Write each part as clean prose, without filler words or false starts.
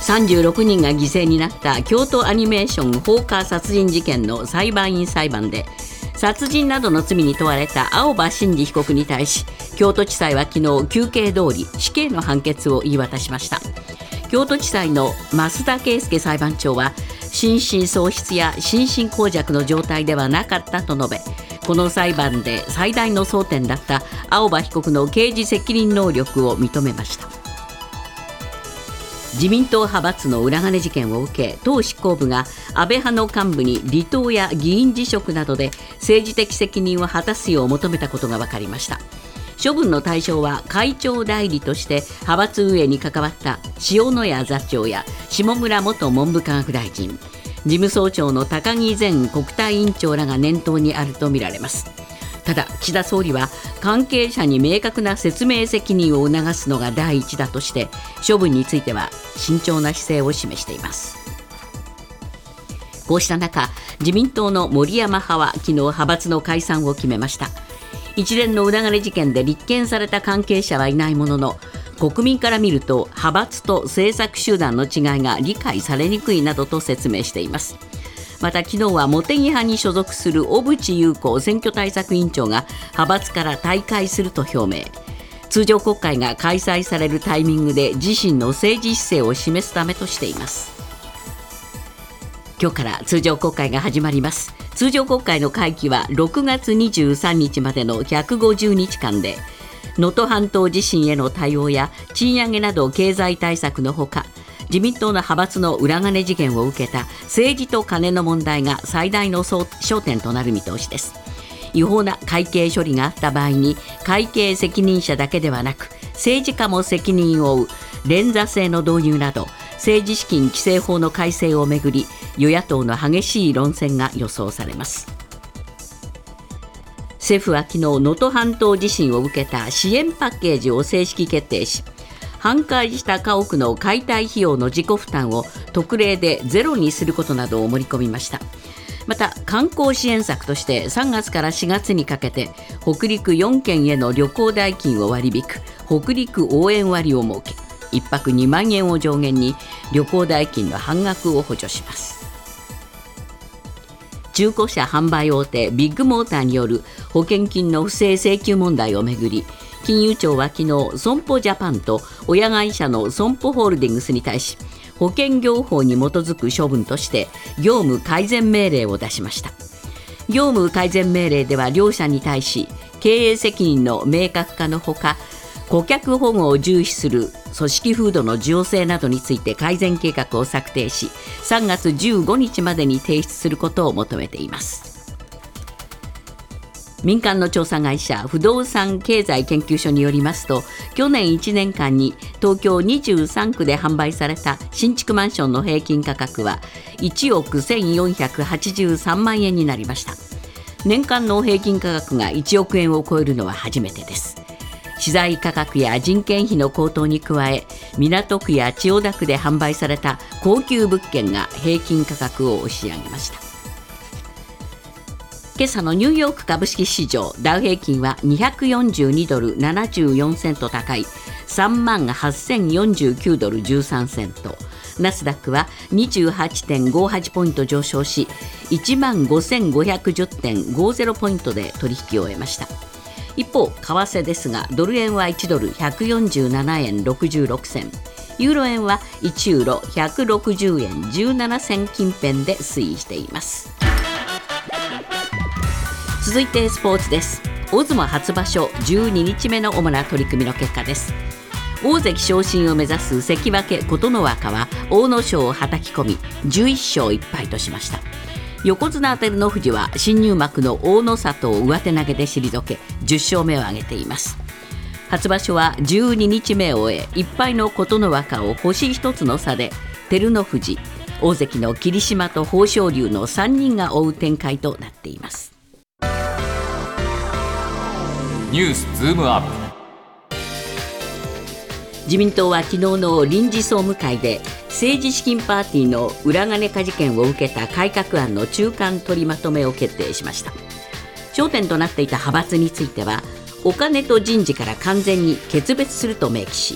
36人が犠牲になった京都アニメーション放火殺人事件の裁判員裁判で、殺人などの罪に問われた青葉真司被告に対し、京都地裁は昨日求刑通り死刑の判決を言い渡しました。京都地裁の増田圭介裁判長は、心神喪失や心神耗弱の状態ではなかったと述べ、この裁判で最大の争点だった青葉被告の刑事責任能力を認めました。自民党派閥の裏金事件を受け、党執行部が安倍派の幹部に離党や議員辞職などで政治的責任を果たすよう求めたことが分かりました。処分の対象は会長代理として派閥運営に関わった塩谷座長や下村元文部科学大臣、事務総長の高木前国対委員長らが念頭にあるとみられます。ただ、岸田総理は関係者に明確な説明責任を促すのが第一だとして、処分については慎重な姿勢を示しています。こうした中、自民党の森山派は昨日派閥の解散を決めました。一連の裏金事件で立件された関係者はいないものの、国民から見ると派閥と政策集団の違いが理解されにくいなどと説明しています。また、昨日は茂木派に所属する小渕優子選挙対策委員長が派閥から退会すると表明。通常国会が開催されるタイミングで自身の政治姿勢を示すためとしています。今日から通常国会が始まります。通常国会の会期は6月23日までの150日間で、能登半島地震への対応や賃上げなど経済対策のほか、自民党の派閥の裏金事件を受けた政治とカネの問題が最大の焦点となる見通しです。違法な会計処理があった場合に、会計責任者だけではなく政治家も責任を負う連座制の導入など、政治資金規正法の改正をめぐり、与野党の激しい論戦が予想されます。政府は昨日、能登半島地震を受けた支援パッケージを正式決定し、半壊した家屋の解体費用の自己負担を特例でゼロにすることなどを盛り込みました。また、観光支援策として3月から4月にかけて北陸4県への旅行代金を割り引く北陸応援割を設け、1泊2万円を上限に旅行代金の半額を補助します。中古車販売大手ビッグモーターによる保険金の不正請求問題をめぐり、金融庁は昨日、損保ジャパンと親会社の損保ホールディングスに対し、保険業法に基づく処分として業務改善命令を出しました。業務改善命令では、両社に対し経営責任の明確化のほか、顧客保護を重視する組織風土の重要性などについて改善計画を策定し、3月15日までに提出することを求めています。民間の調査会社不動産経済研究所によりますと、去年1年間に東京23区で販売された新築マンションの平均価格は1億1483万円になりました。年間の平均価格が1億円を超えるのは初めてです。資材価格や人件費の高騰に加え、港区や千代田区で販売された高級物件が平均価格を押し上げました。今朝のニューヨーク株式市場、ダウ平均は242ドル74セント高い3万8049ドル13セント、ナスダックは 28.58 ポイント上昇し 15,510.50 ポイントで取引を終えました。一方、為替ですが、ドル円は1ドル147円66銭、ユーロ円は1ユーロ160円17銭近辺で推移しています。続いてスポーツです。大相撲初場所12日目の主な取り組みの結果です。大関昇進を目指す関脇琴ノ若は阿武咲をはたき込み11勝1敗としました。横綱照ノ富士は新入幕の大の里を上手投げで退け10勝目を挙げています。初場所は12日目を終え、1敗の琴ノ若を星1つの差で照ノ富士、大関の霧島と豊昇龍の3人が追う展開となっています。 ニュースズームアップ。 自民党は昨日の臨時総務会で、政治資金パーティーの裏金化事件を受けた改革案の中間取りまとめを決定しました。焦点となっていた派閥については、お金と人事から完全に決別すると明記し、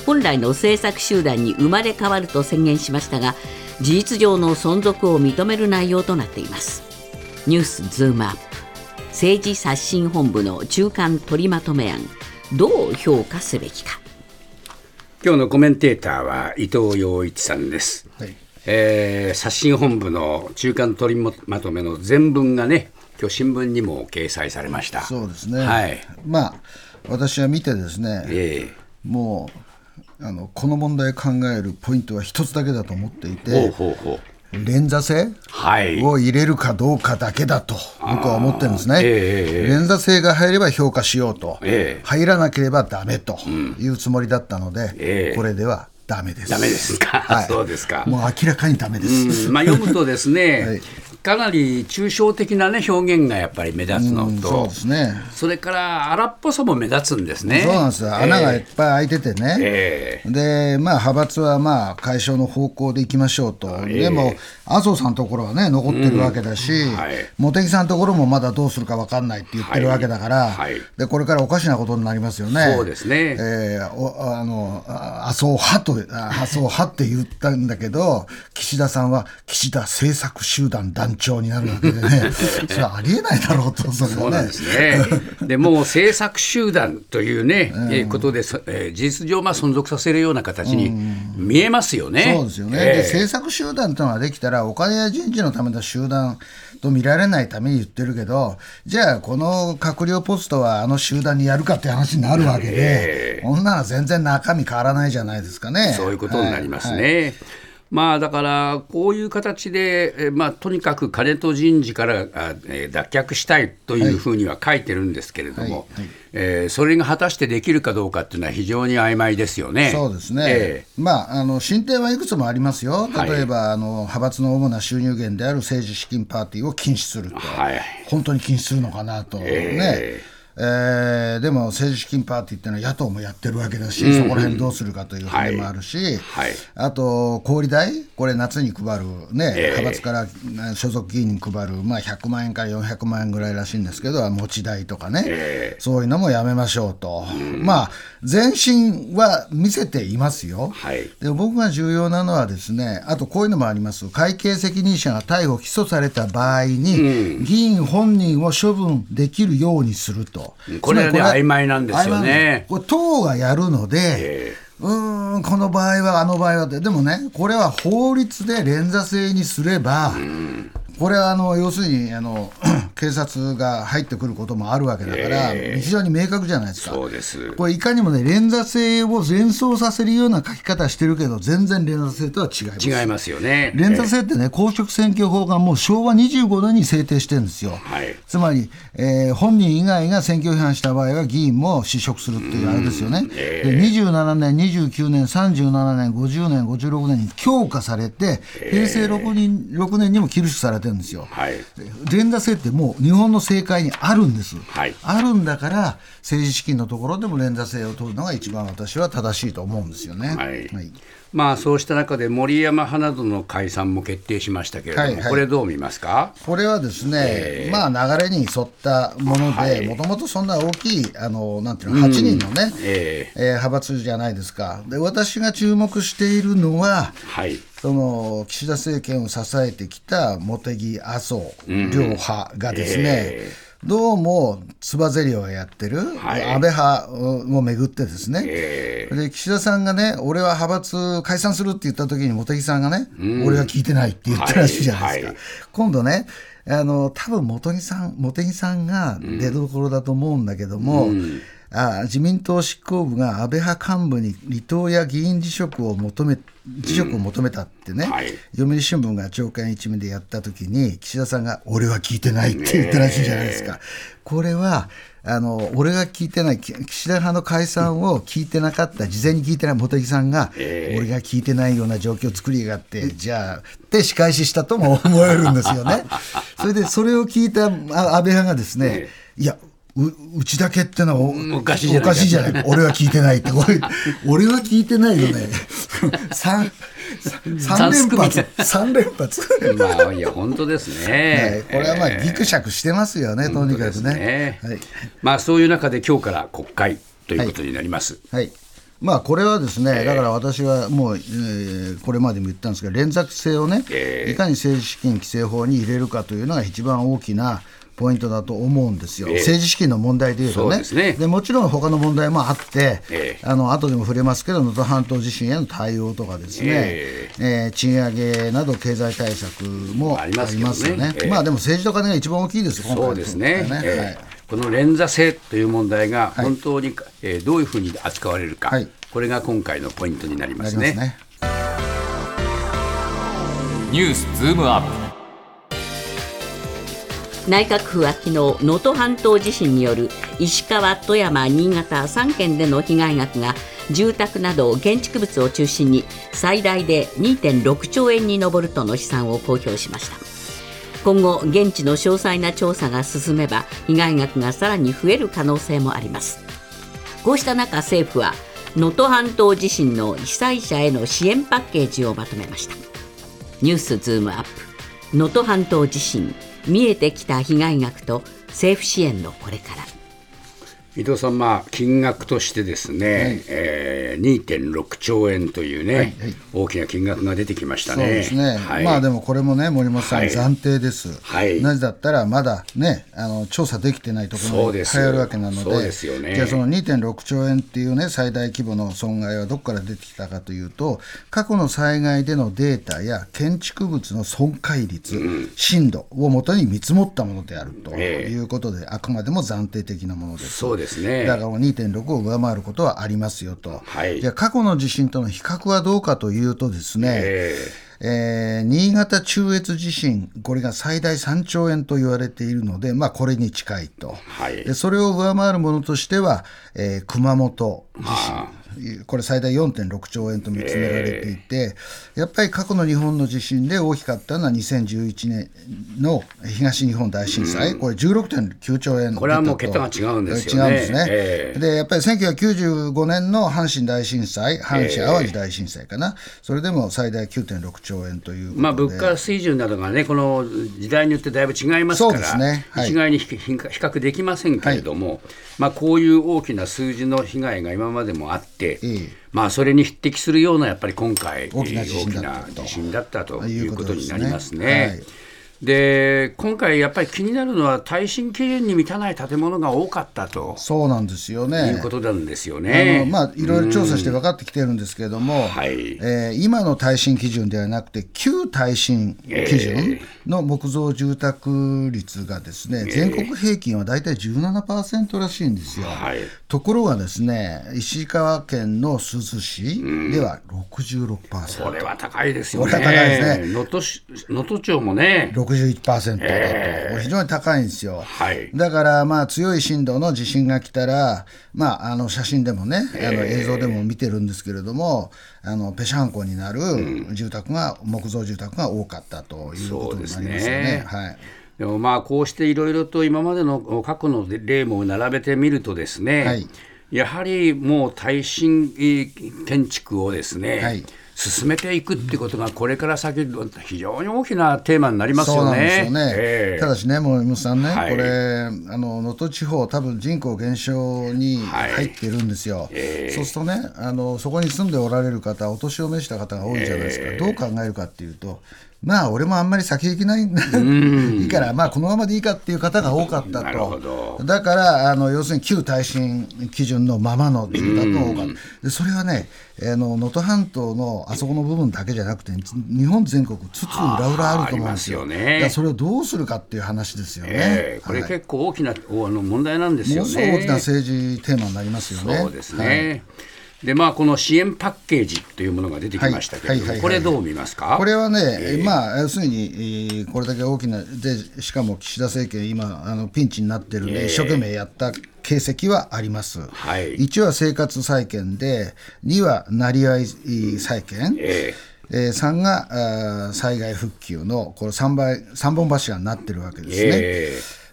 本来の政策集団に生まれ変わると宣言しましたが、事実上の存続を認める内容となっています。ニュースズームアップ、政治刷新本部の中間取りまとめ案、どう評価すべきか。 今日のコメンテーターは伊藤洋一さんです。はい、刷新本部の中間取りまとめの全文がね、今日新聞にも掲載されました。 そうですね、 はい、 私は見てですね、もうこの問題を考えるポイントは一つだけだと思っていて、連座制を入れるかどうかだけだと僕は思ってるんですね。連座制が入れば評価しようと、入らなければダメというつもりだったので、これではダメです。 ダメですか、はい、そうですか。 もう明らかにダメです。 読むとですね、はい、かなり抽象的な、ね、表現がやっぱり目立つのと、 そうですね、 それから荒っぽさも目立つんですね。 そうなんですよ、穴がいっぱい開いててね、で派閥は解消の方向でいきましょうと、でも麻生さんのところはね残ってるわけだし、茂木さんのところもまだどうするか分かんないって言ってるわけだから、でこれからおかしなことになりますよね。 そうですね、 麻生派って言ったんだけど、岸田さんは岸田政策集団団長になるわけでねそれはありえないだろうと。 そうなんですね。でもう政策集団というね、ことで、事実上存続させるような形に見えますよね。 そうですよね、で政策集団というのができたらお金や人事のための集団と見られないために言ってるけど、じゃあこの閣僚ポストは集団にやるかって話になるわけで、こんなの全然中身変わらないじゃないですかね。 そういうことになりますね。だからこういう形で、とにかく金と人事から脱却したいというふうには書いてるんですけれども、それが果たしてできるかどうかっていうのは非常に曖昧ですよね。 そうですね、進展はいくつもありますよ。例えば、派閥の主な収入源である政治資金パーティーを禁止すると、本当に禁止するのかなとでも政治資金パーティーってのは野党もやってるわけだし、そこら辺どうするかという話もあるし、あと小売代、これ夏に配る、派閥から所属議員に配る、100万円から400万円ぐらいらしいんですけど、持ち代とかね、そういうのもやめましょうと、前進は見せていますよ。で僕が重要なのはですね、あとこういうのもあります。会計責任者が逮捕・起訴された場合に、議員本人を処分できるようにすると。 これはね、曖昧なんですよね。 これ党がやるので、この場合は場合はでもね、これは法律で連座制にすれば、これは要するに警察が入ってくることもあるわけだから、非常に明確じゃないですか。 そうです。 これいかにもね、連座制を連想させるような書き方してるけど、全然連座制とは違います。 違いますよね。 連座制ってね、公職選挙法がもう昭和25年に制定してるんですよ。つまり、本人以外が選挙違反した場合は議員も失職するっていうあれですよね。で27年、29年、37年、50年、56年に強化されて、平成6年にもキルシされてるんですよ。連座制ってもう日本の政界にあるんです。あるんだから政治資金のところでも連座制を取るのが一番私は正しいと思うんですよね。 そうした中で森山派などの解散も決定しましたけれども、これどう見ますか。 これはですね、流れに沿ったもので、もともとそんな大きいなんていうの、8人のね、派閥じゃないですか。で私が注目しているのは、その岸田政権を支えてきた茂木麻生両派がですね、どうもつばぜりをやってる、安倍派をめぐってですね、で岸田さんがね、俺は派閥解散するって言った時に茂木さんがね、俺は聞いてないって言ったらしいじゃないですか。今度ね、多分茂木さんが出どころだと思うんだけども、自民党執行部が安倍派幹部に離党や議員辞職を求めたってね、読売新聞が朝刊一面でやった時に、岸田さんが俺は聞いてないって言ったらしいじゃないですか。これは俺が聞いてない、岸田派の解散を聞いてなかった、事前に聞いてない茂木さんが、俺が聞いてないような状況を作りやがって、じゃあって仕返ししたとも思えるんですよね。それでそれを聞いた安倍派がですね、いやうちだけってのはおかしいじゃない俺は聞いてないって俺は聞いてないよね3連発いや本当ですね、 これはギクシャクしてますよね、とにかくね。 そういう中で今日から国会ということになります。 これはですね、だから私はもう、これまでも言ったんですけど、連続性をね、いかに政治資金規正法に入れるかというのが一番大きなポイントだと思うんですよ、政治資金の問題でいうとね。でもちろん他の問題もあって、後でも触れますけど、能登半島地震への対応とかですね、賃上げなど経済対策もありますよね。でも政治と金が一番大きいですよ、 そうですね。この連座制という問題が本当に、どういうふうに扱われるか、これが今回のポイントになりますね。 ニュースズームアップ。 内閣府は昨日、能登半島地震による石川、富山、新潟3県での被害額が住宅など建築物を中心に最大で 2.6 兆円に上るとの試算を公表しました。今後、現地の詳細な調査が進めば被害額がさらに増える可能性もあります。こうした中、政府は能登半島地震の被災者への支援パッケージをまとめました。ニュースズームアップ。能登半島地震、見えてきた被害額と政府支援のこれから。 伊藤さん、金額としてですね、2.6 兆円というね、大きな金額が出てきましたね。 そうですね。でもこれもね、森本さん、暫定です。なぜだったらまだね、調査できてないところもいっぱいあるわけなので、 そうですよね。 じゃあその 2.6 兆円っていうね、最大規模の損害はどこから出てきたかというと、過去の災害でのデータや建築物の損壊率、震度をもとに見積もったものであるということで、あくまでも暫定的なものです。 そうですね。 だから 2.6 を上回ることはありますよと。じゃあ過去の地震との比較はどうかというとですね、新潟中越地震、これが最大3兆円と言われているので、これに近いと。でそれを上回るものとしては、熊本地震、これ最大 4.6 兆円と見つめられていて、やっぱり過去の日本の地震で大きかったのは2011年の東日本大震災、これ 16.9 兆円。 これはもう桁が違うんですよね。 違うんですね。でやっぱり1995年の阪神大震災、阪神・淡路大震災かな、それでも最大 9.6 兆円ということで、 物価水準などがね、この時代によってだいぶ違いますから、一概に比較できませんけれども、こういう大きな数字の被害が今までもあって、それに匹敵するようなやっぱり今回大きな地震だったということになりますね。で今回やっぱり気になるのは耐震基準に満たない建物が多かったと。 そうなんですよね。 いうことなんですよね。 いろいろ調査して分かってきてるんですけれども、今の耐震基準ではなくて旧耐震基準の木造住宅率がですね、全国平均はだいたい 17% らしいんですよ。ところがですね、石川県の珠洲市では 66%。 これは高いですよね。 これは高いですね。 能登町もね 61% だと、非常に高いんですよ。だから強い震度の地震が来たら、写真でもね、映像でも見てるんですけれども、ぺしゃんこになる住宅が、木造住宅が多かったということになりますよね。 でもこうしていろいろと今までの過去の例も並べてみるとですね、やはりもう耐震建築をですね、進めていくってことがこれから先非常に大きなテーマになりますよね。 そうなんですよね。ただしね、森本さんね、これ能登地方多分人口減少に入っているんですよ。そうするとね、そこに住んでおられる方、お年を召した方が多いじゃないですか。どう考えるかっていうと、俺もあんまり先行きないいいから、このままでいいかっていう方が多かったと。だから要するに旧耐震基準のままの住宅が多かった。でそれはね、能登半島のあそこの部分だけじゃなくて、日本全国つつ裏裏あると思うんですよ。それをどうするかっていう話ですよね。 これ結構大きな問題なんですよね。 ものすごい大きな政治テーマになりますよね。 そうですね。でこの支援パッケージというものが出てきましたけれども、これどう見ますか。 これはね、要するに、これだけ大きなで、しかも岸田政権今ピンチになってるんで、一生懸命やった形跡はあります。1は生活再建で、2はなりわい再建、3が災害復旧のこれ3本柱になってるわけですね。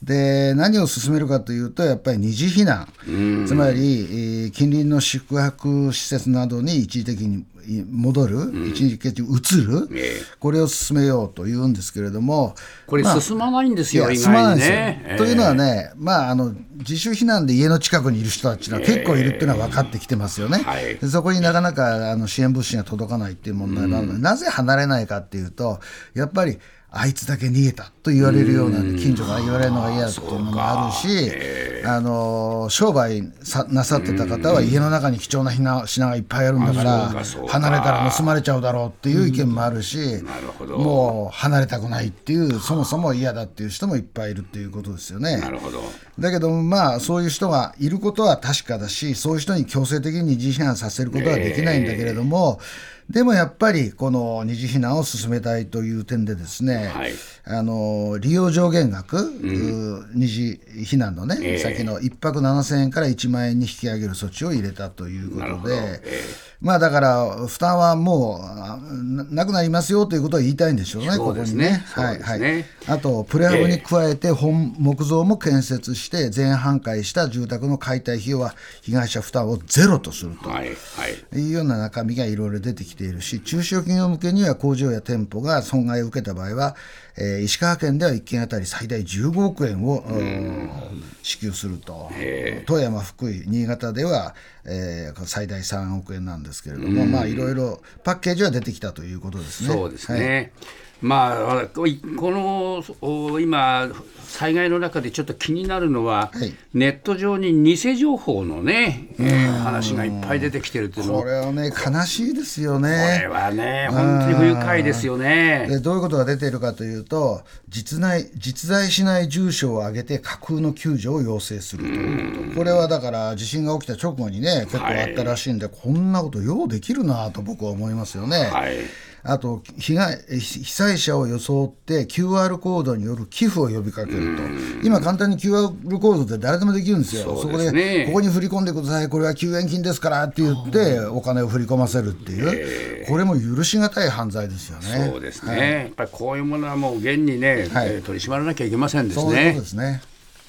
で何を進めるかというとやっぱり二次避難、つまり、近隣の宿泊施設などに一時的に戻る、一時的に移る、これを進めようというんですけれども、 これ進まないんですよ、意進まない外んですよ。 にね。 というのはね、自主避難で家の近くにいる人たちが結構いるっていうのは分かってきてますよね。でそこになかなか支援物資が届かないっていう問題があるので、なぜ離れないかっていうと、やっぱりあいつだけ逃げたと言われるような、近所から言われるのが嫌だっていうのもあるし、商売なさってた方は家の中に貴重な品がいっぱいあるんだから離れたら盗まれちゃうだろうっていう意見もあるし、もう離れたくないっていう、そもそも嫌だっていう人もいっぱいいるっていうことですよね。 なるほど。 だけどそういう人がいることは確かだし、そういう人に強制的に二次避難させることはできないんだけれども、でもやっぱりこの二次避難を進めたいという点でですね、利用上限額、二次避難のね、先の1泊7000円から1万円に引き上げる措置を入れたということで、だから負担はもうなくなりますよということを言いたいんでしょうね、ここにね。あとプレハブに加えて本木造も建設して全半壊した住宅の解体費用は被害者負担をゼロとするというような中身がいろいろ出てきているし、中小企業向けには工場や店舗が損害を受けた場合は、石川県では1件あたり最大15億円を支給すると、富山、福井、新潟では、最大3億円なんですけれども、いろいろパッケージは出てきたということですね。 そうですね、この今災害の中でちょっと気になるのは、ネット上に偽情報のね、話がいっぱい出てきてるっていうのこれはね悲しいですよね。 これはね本当に不愉快ですよね。 でどういうことが出ているかというと、実在しない住所を挙げて架空の救助を要請するということ。これはだから地震が起きた直後にね結構あったらしいんで、こんなことようできるなと僕は思いますよね。あと被災者を装って QR コードによる寄付を呼びかけると。今簡単に QR コードって誰でもできるんですよ。そこでここに振り込んでください、これは救援金ですからって言ってお金を振り込ませるっていう、これも許し難い犯罪ですよね。 そうですね、やっぱりこういうものはもう現にね、取り締まらなきゃいけませんですね。 そういうことですね。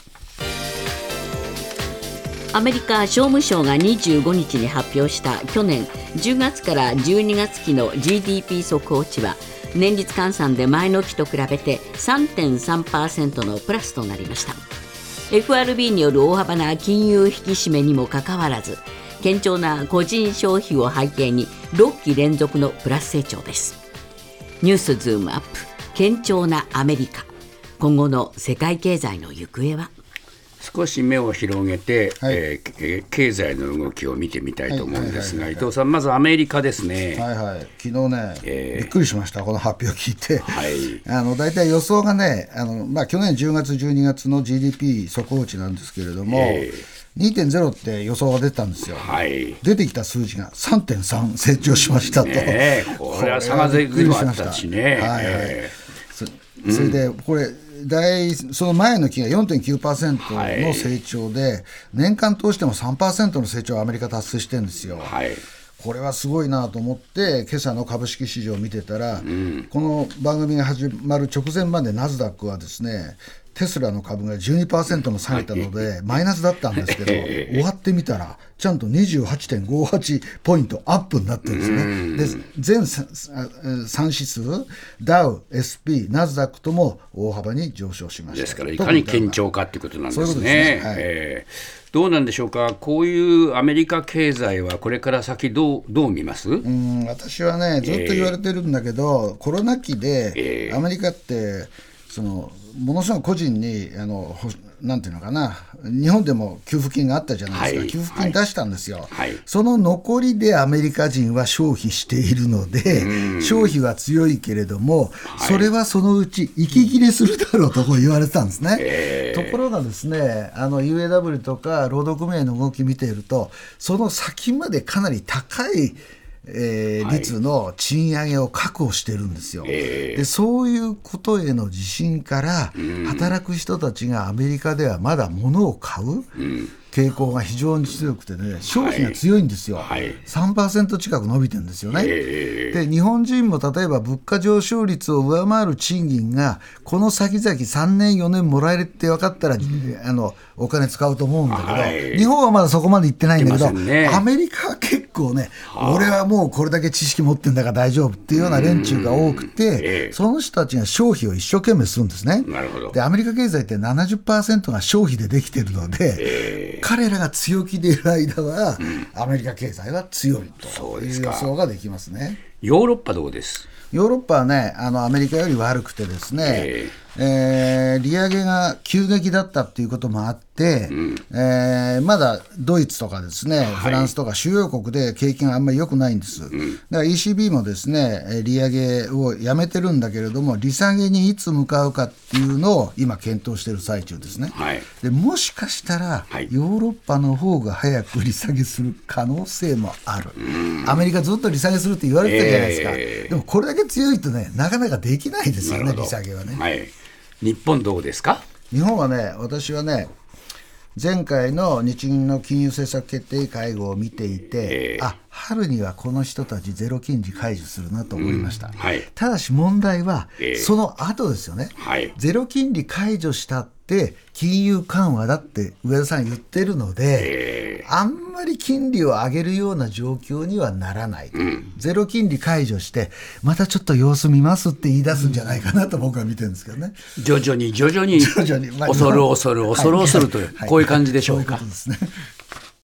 アメリカ商務省が25日に発表した去年10月から12月期の GDP 速報値は年率換算で前の期と比べて 3.3% のプラスとなりました。 FRB による大幅な金融引き締めにもかかわらず、堅調な個人消費を背景に6期連続のプラス成長です。ニュースズームアップ、堅調なアメリカ、今後の世界経済の行方は。 少し目を広げて、経済の動きを見てみたいと思うんですが、伊藤さん、まずアメリカですね。 昨日ね、びっくりしました、この発表を聞いて。だいたい予想がね、去年10月12月の GDP 速報値なんですけれども、2.0 って予想が出てたんですよ。出てきた数字が 3.3 成長しましたと。 これは差が随分あったしね。 それでこれその前の期が 4.9% の成長で、年間通しても 3% の成長をアメリカ達成してるんですよ。これはすごいなと思って今朝の株式市場を見てたら、この番組が始まる直前までナスダックはですね、テスラの株が 12% も下げたのでマイナスだったんですけど、終わってみたらちゃんと 28.58 ポイントアップになってるんですね。で全3指数ダウ、SP、ナスダックとも大幅に上昇しました。 ですからいかに堅調かということなんですね。どうなんでしょうか、こういうアメリカ経済はこれから先どう見ます？ 私はねずっと言われてるんだけど、コロナ期でアメリカってものすごく個人になんていうのかな、日本でも給付金があったじゃないですか。給付金出したんですよ。その残りでアメリカ人は消費しているので、消費は強いけれども、それはそのうち息切れするだろうと言われてたんですね。ところがですね、UAW とか労働組合の動き見ていると、その先までかなり高い率の賃上げを確保してるんですよ。でそういうことへの自信から、働く人たちがアメリカではまだ物を買う、 傾向が非常に強くてね、消費が強いんですよ、3% 近く伸びてるんですよね。で日本人も例えば物価上昇率を上回る賃金がこの先々3年4年もらえるって分かったら、お金使うと思うんだけど、日本はまだそこまで行ってないんだけど、アメリカは結構ね、俺はもうこれだけ知識持ってんだから大丈夫っていうような連中が多くて、その人たちが消費を一生懸命するんですね。でアメリカ経済って 70% が消費でできてるので、彼らが強気でいる間は、アメリカ経済は強いという予想ができますね。 ヨーロッパどうです？ ヨーロッパはね、アメリカより悪くてですね、利上げが急激だったっていうこともあって、まだドイツとかですね、フランスとか主要国で景気があんまり良くないんです。だから ECB もですね、利上げをやめてるんだけれども、利下げにいつ向かうかっていうのを今検討している最中ですね。でもしかしたら、ヨーロッパの方が早く利下げする可能性もある。アメリカずっと利下げするって言われてたじゃないですか。でもこれだけ強いとね、なかなかできないですよね、利下げはね。 日本どうですか？ 日本はね、私はね、前回の日銀の金融政策決定会合を見ていて、春にはこの人たちゼロ金利解除するなと思いました。ただし問題は、その後ですよね。ゼロ金利解除したって金融緩和だって上田さん言ってるので、あんまり金利を上げるような状況にはならない、ゼロ金利解除してまたちょっと様子見ますって言い出すんじゃないかなと僕は見てるんですけどね。 徐々に恐る恐るという、こういう感じでしょうか。 そういうことですね。